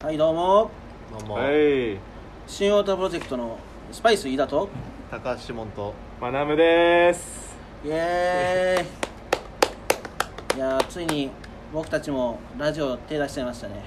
はいどうもどうも、 はい、 新オートプロジェクトのスパイス飯田と高橋門とマナムです。 イエーイいやついに僕たちもラジオ手出しちゃいましたね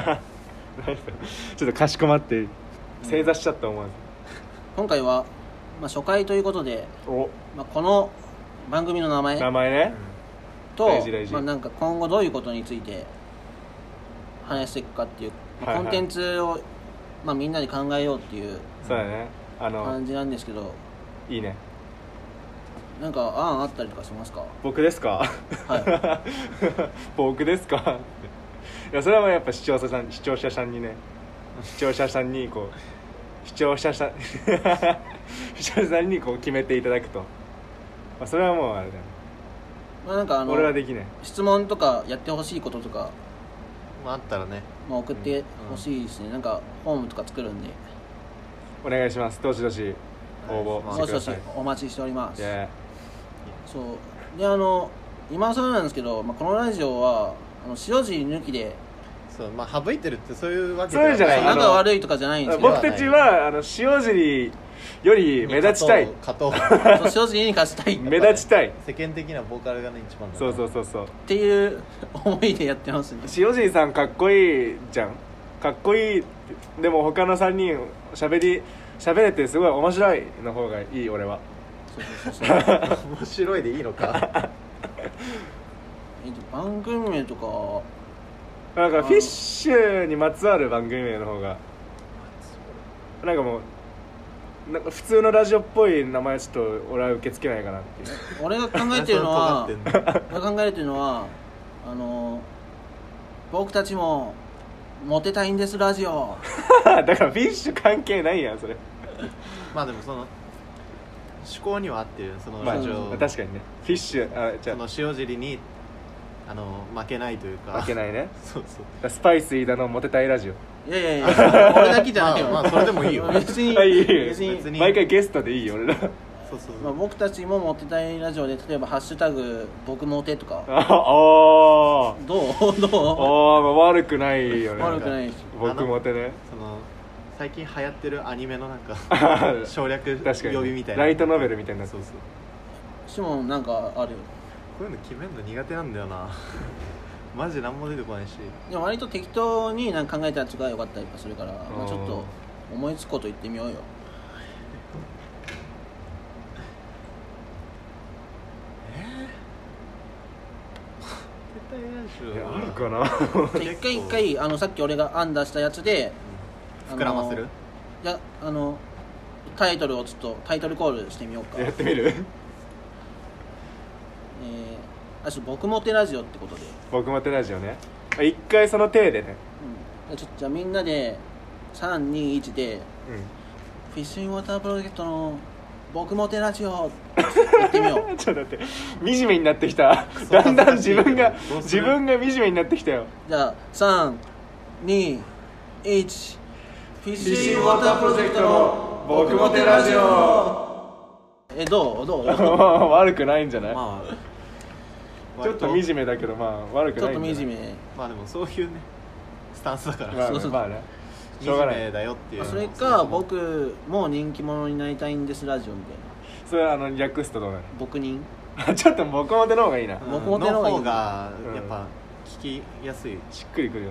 ちょっとかしこまって正座しちゃった思わず、 今回は、初回ということで、 お、 この番組の名前名前ね、 と大事大事、 なんか今後どういうことについて話していくかっていう、 はいはい、 コンテンツを、みんなで考えようっていうそうだね、 感じなんですけど、 いいね。 なんか案あったりとかしますか？ 僕ですか？ はい僕ですか？いや、それはやっぱ視聴者さんにこう視聴者さんにこう決めていただくと、それはもうあれだよね。 なんか俺はできない。 質問とかやってほしいこととか、 あったらね、 送ってほしいですね、なんかフォームとか作るんでお願いします。どしどし応募してください。 お待ちしております。 yeah. そうで今更なんですけど、このラジオは塩尻抜きで、 そう、省いてるってそういうわけそうじゃない、 仲悪いとかじゃないんですけど、 僕たちは塩尻より目立ちたい、 塩尻に勝ちたい目立ちたい、 世間的なボーカルがね一番だ、 そうっていう思いでやってますね。 塩尻さんかっこいいじゃん、かっこいい。でも他の3人喋れてすごい面白いの方がいい。俺はそう面白いでいいのか番組名とかなんかフィッシュにまつわる番組名の方がなんかもうなんか普通のラジオっぽい名前ちょっと俺は受け付けないかなっていう。 俺が考えてるのは僕たちもモテたいんですラジオだからフィッシュ関係ないやんそれ。 でもその趣向には合ってる、そのラジオ、 確かにね、フィッシュじゃあその塩尻に負けないというか、 負けないねそうそう、 スパイス飯田のモテたいラジオ。 いや俺だけじゃないよそれでもいいよ別に毎回ゲストでいいよ俺ら。 そう僕たちもモテたいラジオで、例えばハッシュタグ僕モテとかどう悪くないよね。 悪くないし、 僕モテね、 その最近流行ってるアニメのなんか省略呼びみたいな、 ライトノベルみたいな。 そうしもなんかあるよ。 こういうの決めるの苦手なんだよなマジ何も出てこないし。 でも割と適当になんか考えたやつが良かったりとかするから、ちょっと思いつくこと言ってみようよ。 あるかな一回さっき俺が案出したやつで膨らませる。 いやタイトルをちょっとタイトルコールしてみようか。 やってみる僕モテラジオってことで、 僕モテラジオね。一回その体でね、 じゃあみんなで321で、フィッシュインウォータープロジェクトの僕モテラジオやってみようちょっと待って、惨めになってきた。だんだん自分が惨めになってきたよ。 じゃあ321、フィッシュインウォータープロジェクトの僕モテラジオ。 どう悪くないんじゃない？ちょっと惨めだけど悪くないんじゃない？ ちょっと惨め。 でもそういうねスタンスだから、 ね、しょうがない。 惨めだよっていう。 それか僕もう人気者になりたいんですラジオみたいな。 それは略すとどうなる？ 僕人ちょっと僕モテの方がいいな。 僕モテの方がやっぱ聞きやすい、 しっくりくるよ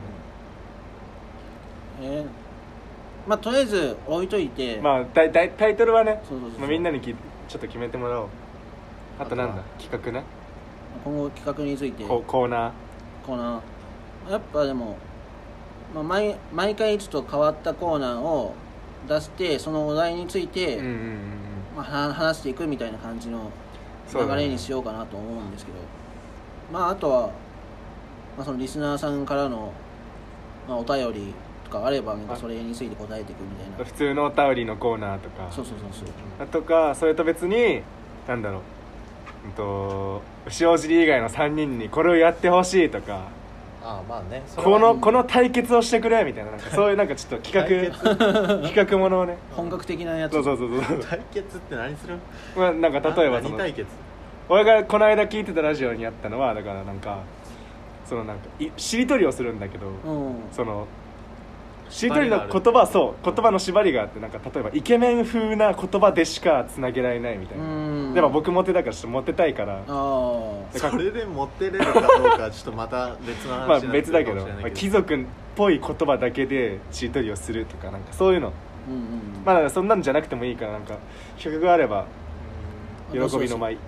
ね。 とりあえず置いといて、 タイトルはね、 そうみんなにちょっと決めてもらおう。あとなんだ、企画ね、 今後企画についてコーナーやっぱでも、毎回ちょっと変わったコーナーを出して、そのお題について、話していくみたいな感じの流れにしようかなと思うんですけど、あとは、そのリスナーさんからの、お便りとかあれば、それについて答えていくみたいな、 普通のお便りのコーナーとか、 そうとか、それと別になんだろう、塩尻以外の3人にこれをやってほしいとか、この対決をしてくれみたいな、そういうちょっと企画ものをね、 本格的なやつ。 そう対決って何する？ 例えば何対決？ 俺がこの間聞いてたラジオにあったのは、だからしりとりをするんだけど、 しりとりの言葉はそう言葉の縛りがあって、なんか例えばイケメン風な言葉でしかつなげられないみたいな。でも僕モテだからちょっとモテたいから、 それでモテれるかどうかちょっとまた別の話になってる別だけど、貴族っぽい言葉だけでしりとりをするとかなんかそういうの、まあそんなんじゃなくてもいいから、なんか企画があれば喜びの舞。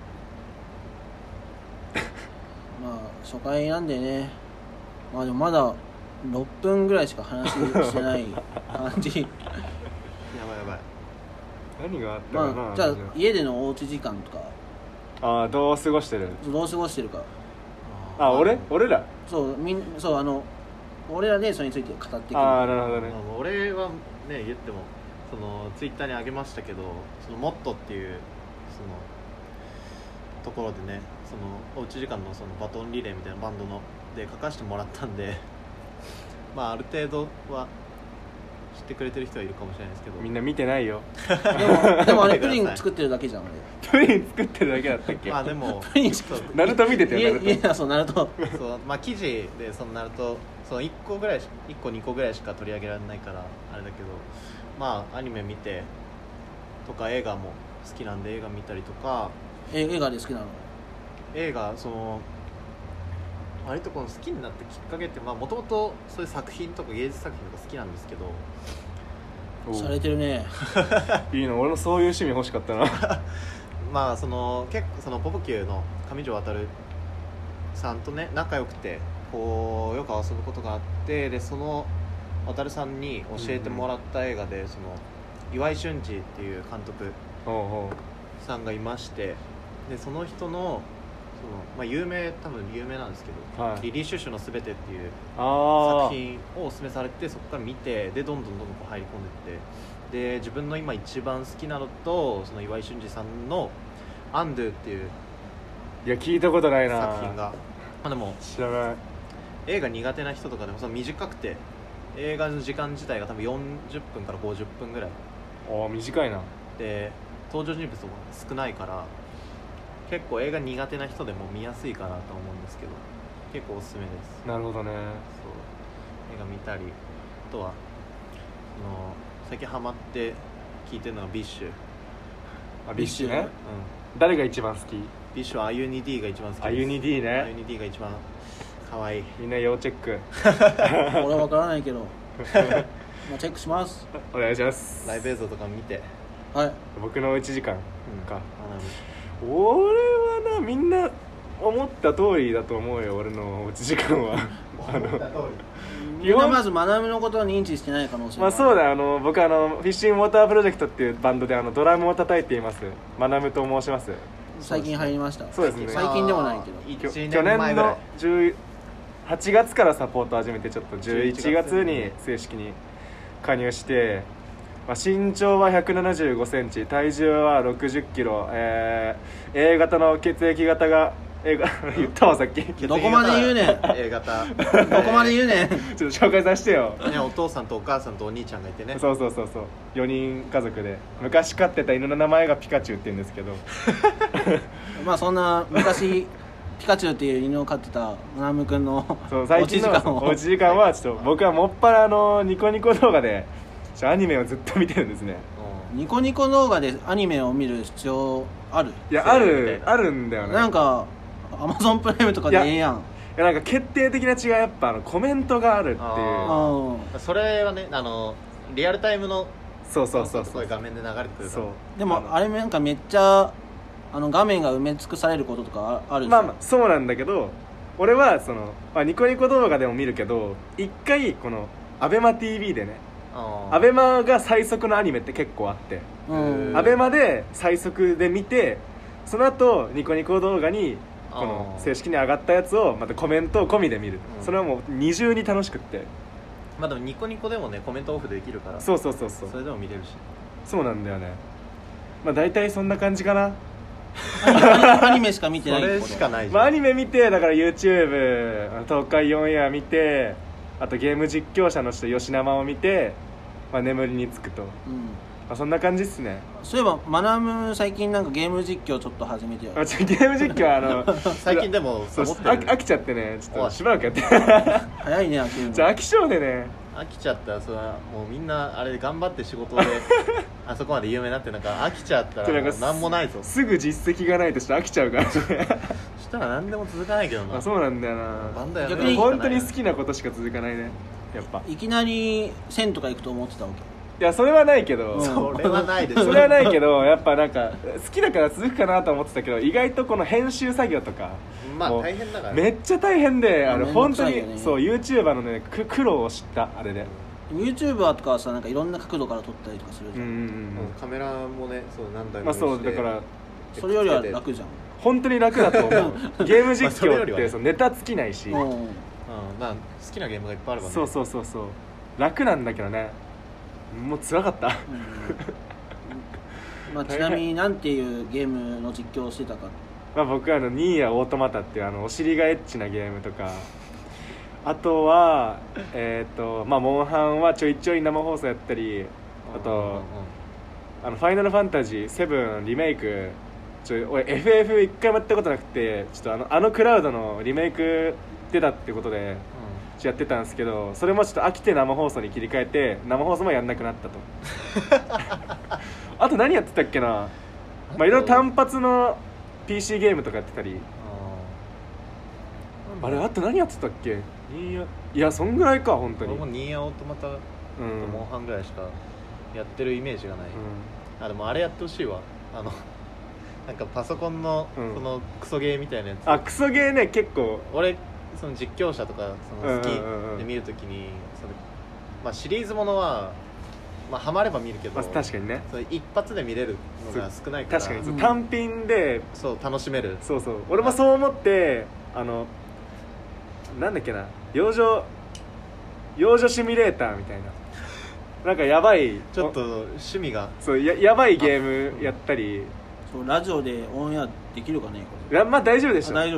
まあ初回なんでね、まあでもまだ6分ぐらいしか話してない感じやばい何があったかな、 まあ、じゃあ家でのおうち時間とかどう過ごしてるか俺らそう俺らでそれについて語っていく。 なるほどね。 俺はね言ってもそのツイッターに上げましたけど、そのモットっていうそのところでね、そのおうち時間のそのバトンリレーみたいなバンドので書かせてもらったんでまあある程度は知ってくれてる人はいるかもしれないですけど、 みんな見てないよでもあれプリン作ってるだけじゃん。 プリン作ってるだけだったっけ。 まあでもプリン作ってナルト見ててよ。 そうナルトそう、まあ記事でそのナルトその1個2個ぐらいしか取り上げられないからあれだけど、まあアニメ見てとか映画も好きなんで映画見たりとか。 映画で好きなの？ 映画その割とこの好きになったきっかけって、まあもともとそういう作品とか芸術作品とか好きなんですけど。 されてるねいいの、俺もそういう趣味欲しかったなまあその結構そのポポキューの上条航さんとね仲良くてこうよく遊ぶことがあって、でその航さんに教えてもらった映画で、その岩井俊二っていう監督さんがいまして、でその人のまあ、多分有名なんですけど、リリー・シュシュのすべてっていう作品をおすすめされて、そこから見て、でどんどんこう入り込んでいって、で自分の今一番好きなのと、その岩井俊二さんのアンドゥっていういや聞いたことないな作品が、まあ、でも知らない。 映画苦手な人とかでもその短くて、映画の時間自体が多分40分から50分ぐらい短いな。で登場人物も少ないから結構映画苦手な人でも見やすいかなと思うんですけど、結構おすすめです。 なるほどね。そう映画見たり、あとは最近ハマって聞いてるのがビッシュ。 ビッシュね、誰が一番好き？ ビッシュはアユニ D が一番好きです。 アユニ D ね。 アユニ D が一番かわいい。 みんな要チェック俺は分からないけどまあチェックします。 お願いします。 ライブ映像とか見て。 はい。 僕の1時間か、俺はな、みんな思った通りだと思うよ。俺の1時間は思った通り。 みんなまず学びのことを認知してない可能性がある。 そうだ、僕フィッシングウォータープロジェクトっていうバンドでドラムを叩いていますマナムと申します。 最近入りました。 そうですね。 最近でもないけど去年の8月からサポート始めて、ちょっと11月に正式に加入して、身長は175センチ、体重は60キロ、A 型の血液型が言ったわさっき。 どこまで言うねん。 A 型どこまで言うねん。 ちょっと紹介させてよ。 ね、お父さんとお母さんとお兄ちゃんがいてね。 そう4人家族で、昔飼ってた犬の名前がピカチュウって言うんですけどまあそんな昔ピカチュウっていう犬を飼ってたナム君の最近のおうち時間はちょっと僕はもっぱらニコニコ動画でアニメをずっと見てるんですね。 ニコニコ動画でアニメを見る必要ある？ いや、あるんだよね。 なんかアマゾンプライムとかでええやん。 いや、なんか決定的な違いはやっぱコメントがあるっていう。 それはね、リアルタイムのそう画面で流れてくるから。 でもあれなんかめっちゃ画面が埋め尽くされることとかあるんですよ。 まあそうなんだけど、俺はニコニコ動画でも見るけど、一回このアベマ TV でね、アベマが最速のアニメって結構あって、アベマで最速で見て、その後ニコニコ動画にこの正式に上がったやつをまたコメントを込みで見る、それはもう二重に楽しくって。 まあでもニコニコでもねコメントオフできるから、 そうそれでも見れるし。 そうなんだよね。まあ大体そんな感じかな。 アニメしか見てない。 それしかないじゃん。 アニメ見て、だから YouTube 東海オンエア見て、あとゲーム実況者の人吉生を見て、眠りにつくと、そんな感じっすね。 そういえばマナム最近なんかゲーム実況ちょっと始めてよ。 ゲーム実況は最近でも飽きちゃってね、ちょっとしばらくやって早いね飽きるの。 飽き性でね、 飽きちゃったらそれはもうみんなあれ頑張って仕事であそこまで有名になってなんか飽きちゃったらもう何もないぞ。 すぐ実績がないとして飽きちゃうからそしたら何でも続かないけどな。 あ、そうなんだよな。 バンドやめ逆に本当に好きなことしか続かないね、やっぱ。 いきなり1000とか行くと思ってたわけ。 いやそれはないけど、 それはないですそれはないけどやっぱなんか好きだから続くかなと思ってたけど、意外とこの編集作業とかまあもう大変だからめっちゃ大変で、 めんど本当くさいよねにそう YouTuber のね苦労を知ったあれで。 YouTuber とかはさなんかいろんな角度から撮ったりとかするじゃん、 カメラもねそう何台もまあそうだからそれよりは楽じゃん。 本当に楽だと思うゲーム実まあそれよ況りはねってそうネタ尽きないし、 うんまあ好きなゲームがいっぱいあればね。 そうそうそうそう楽なんだけどね、もう辛かったまあ、ちなみになんていうゲームの実況をしてたか。 まあ僕はニーヤオートマタっていうお尻がエッチなゲームとか、あとはまあモンハンはちょいちょい生放送やったり、あとファイナルファンタジー7リメイク俺 FF 一回もやったことなくて、ちょっとクラウドのリメイク出たってことでやってたんですけど、それもちょっと飽きて生放送に切り替えて生放送もやんなくなったとあと何やってたっけな、まあいろいろ単発の PC ゲームとかやってたり、あれあと何やってたっけ。いやそんぐらいか本当に。 俺もニーヤオートマタとモンハンぐらいしかやってるイメージがない、あでもあれやってほしいわ。なんかパソコンのそのクソゲーみたいなやつ、 あクソゲーね結構俺その実況者とかその好きで見るときにその、まあ、シリーズものはまあハマれば見るけど、 まあ、確かにねそれ一発で見れるのが少ないから確かに、単品でそう楽しめる。 そう俺もそう思ってなんだっけな幼女シミュレーターみたいななんかやばいちょっと趣味がそうやばいゲームやったり。 そうラジオでオンエアできるかねこれ。 まあ大丈夫でしょ。 大丈夫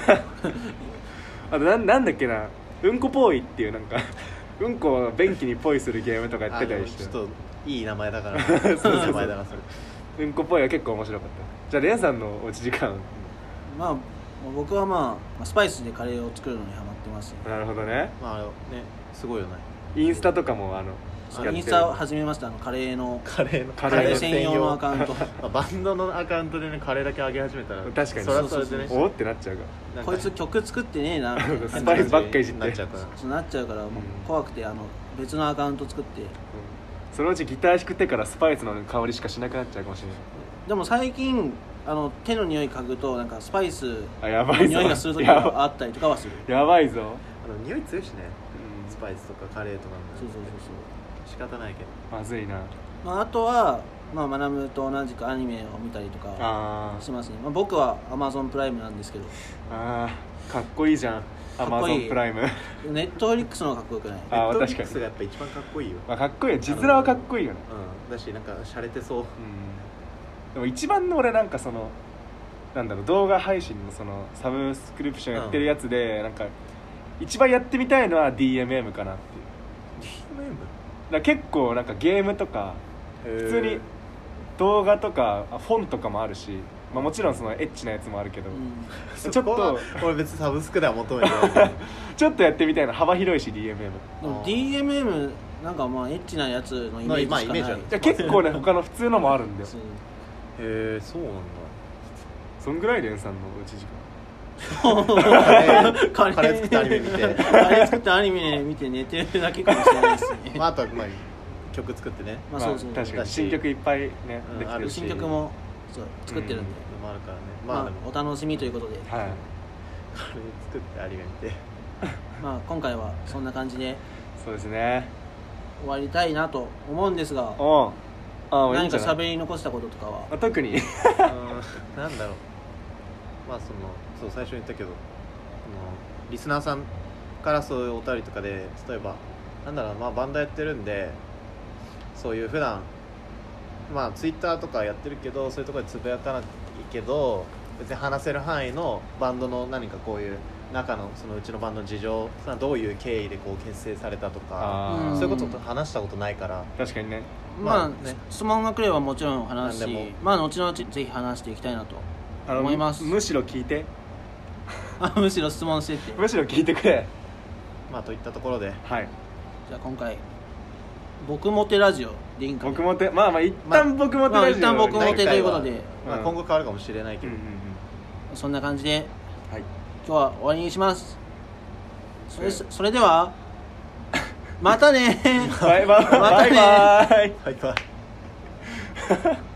あとなんだっけなうんこぽいっていうなんかうんこを便器にポイするゲームとかやってたりして、 ちょっといい名前だからいい名前だなそれ。 うんこぽいは結構面白かった。じゃあレンさんのおうち時間。 まあ僕はまあスパイスでカレーを作るのにハマってますね。 なるほどね。 まあねすごいよね。 インスタとかもインスタを始めました。カレー専用のアカウントバンドのアカウントでねカレーだけ上げ始めたら確かにそれはそれでねおってなっちゃうからこいつ曲作ってねえなスパイスばっかりいじってなっちゃうからそうなっちゃうからもう怖くて別のアカウント作って、 そのうちギター弾く手からスパイスの香りしかしなくなっちゃうかもしれない。 でも最近手の匂い嗅ぐとなんかスパイスやばいぞの匂いがする時があったりとかはする。 やばいぞ。 匂い強いしね、スパイスとかカレーとかもそう仕方ないけどまずいな。 あとはまあマナムと同じくアニメを見たりとかしますね。僕は Amazon プライムなんですけど。 かっこいいじゃん Amazon プライム。 ネットフリックスの方がかっこよくない？ ネットフリックスがやっぱ一番かっこいいよ。 かっこいいよ、字面はかっこいいよね。 だしなんか洒落てそう。 でも一番の俺なんかなんだろう動画配信のサブスクリプションやってるやつで、なんか一番やってみたいのは DMM かなっていう。 DMM？ だ結構なんかゲームとか普通に動画とか本とかもあるし、まあ、もちろんエッチなやつもあるけど、ちょっと俺別にサブスクでは求めてないけどちょっとやってみたいな。幅広いし DMM。 でも DMM なんかまあエッチなやつのイメージしかない。 イメージある。 いや結構ね他の普通のもあるんだよ。 へえそうなんだ。 そんぐらいレンさんのうち時間カレー作ってアニメ見てカレー作ってアニメ見て寝てるだけかもしれないですね。 あとは曲作ってね。 まあそうそう、 確かに新曲いっぱいねできてるし、 新曲も作ってるんで、 もあるからね。 まあお楽しみということで、 はい、 カレー作ってアニメ見てまあ今回はそんな感じでそうですね終わりたいなと思うんですが、何か喋り残したこととかは特になんだろう。まあそう最初に言ったけどリスナーさんからそういうお便りとかで、例えばなんだろう、まあバンドやってるんでそういう普段まあツイッターとかやってるけどそういうところでつぶやかないけど別に話せる範囲のバンドの何かこういう中のうちのバンドの事情、どういう経緯でこう結成されたとか、そういうことと話したことないから。 確かにね。 まあね、質問が来ればもちろん話すし、まあ後々ぜひ話していきたいなと思います。 むしろ聞いてむしろ質問してって、 むしろ聞いてくれ。 まあといったところで、 はい、 じゃあ今回僕モテラジオでいいんかね。 僕モテ、まあ一旦僕モテラジオ、 一旦僕モテということで、 まあ、今後変わるかもしれないけど、 そんな感じで、 はい、 今日は終わりにします。それではまたねバイバイまたねバイバイバイバイ